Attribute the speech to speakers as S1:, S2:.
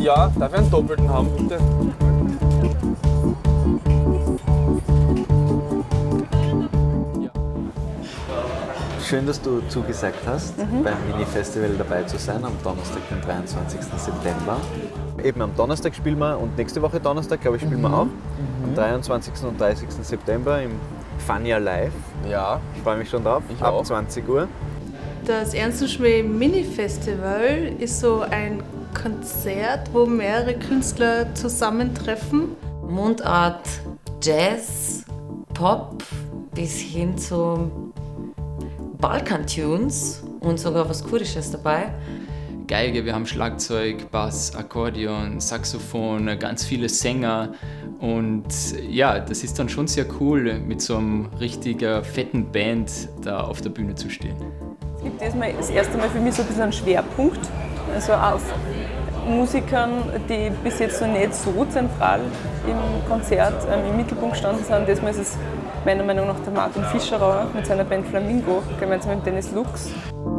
S1: Ja, darf ich einen doppelten haben, bitte?
S2: Schön, dass du zugesagt hast, beim Mini-Festival dabei zu sein, am Donnerstag, den 23. September. Eben am Donnerstag spielen wir und nächste Woche Donnerstag, glaube ich, spielen wir auch. Am 23. und 30. September im Fania Live.
S1: Ja.
S2: Ich freue mich schon drauf,
S1: Ich
S2: ab
S1: auch.
S2: 20 Uhr.
S3: Das Ernst und Schmäh Mini-Festival ist so ein Konzert, wo mehrere Künstler zusammentreffen.
S4: Mundart, Jazz, Pop bis hin zu Balkan-Tunes und sogar was Kurdisches dabei.
S5: Geige, wir haben Schlagzeug, Bass, Akkordeon, Saxophon, ganz viele Sänger und ja, das ist dann schon sehr cool, mit so einem richtigen fetten Band da auf der Bühne zu stehen.
S6: Es gibt diesmal das erste Mal für mich so ein bisschen einen Schwerpunkt, also auf Musikern, die bis jetzt noch nicht so zentral im Konzert im Mittelpunkt gestanden sind. Diesmal ist es meiner Meinung nach der Martin Fischerauer mit seiner Band Flamingo, gemeinsam mit Dennis Lux.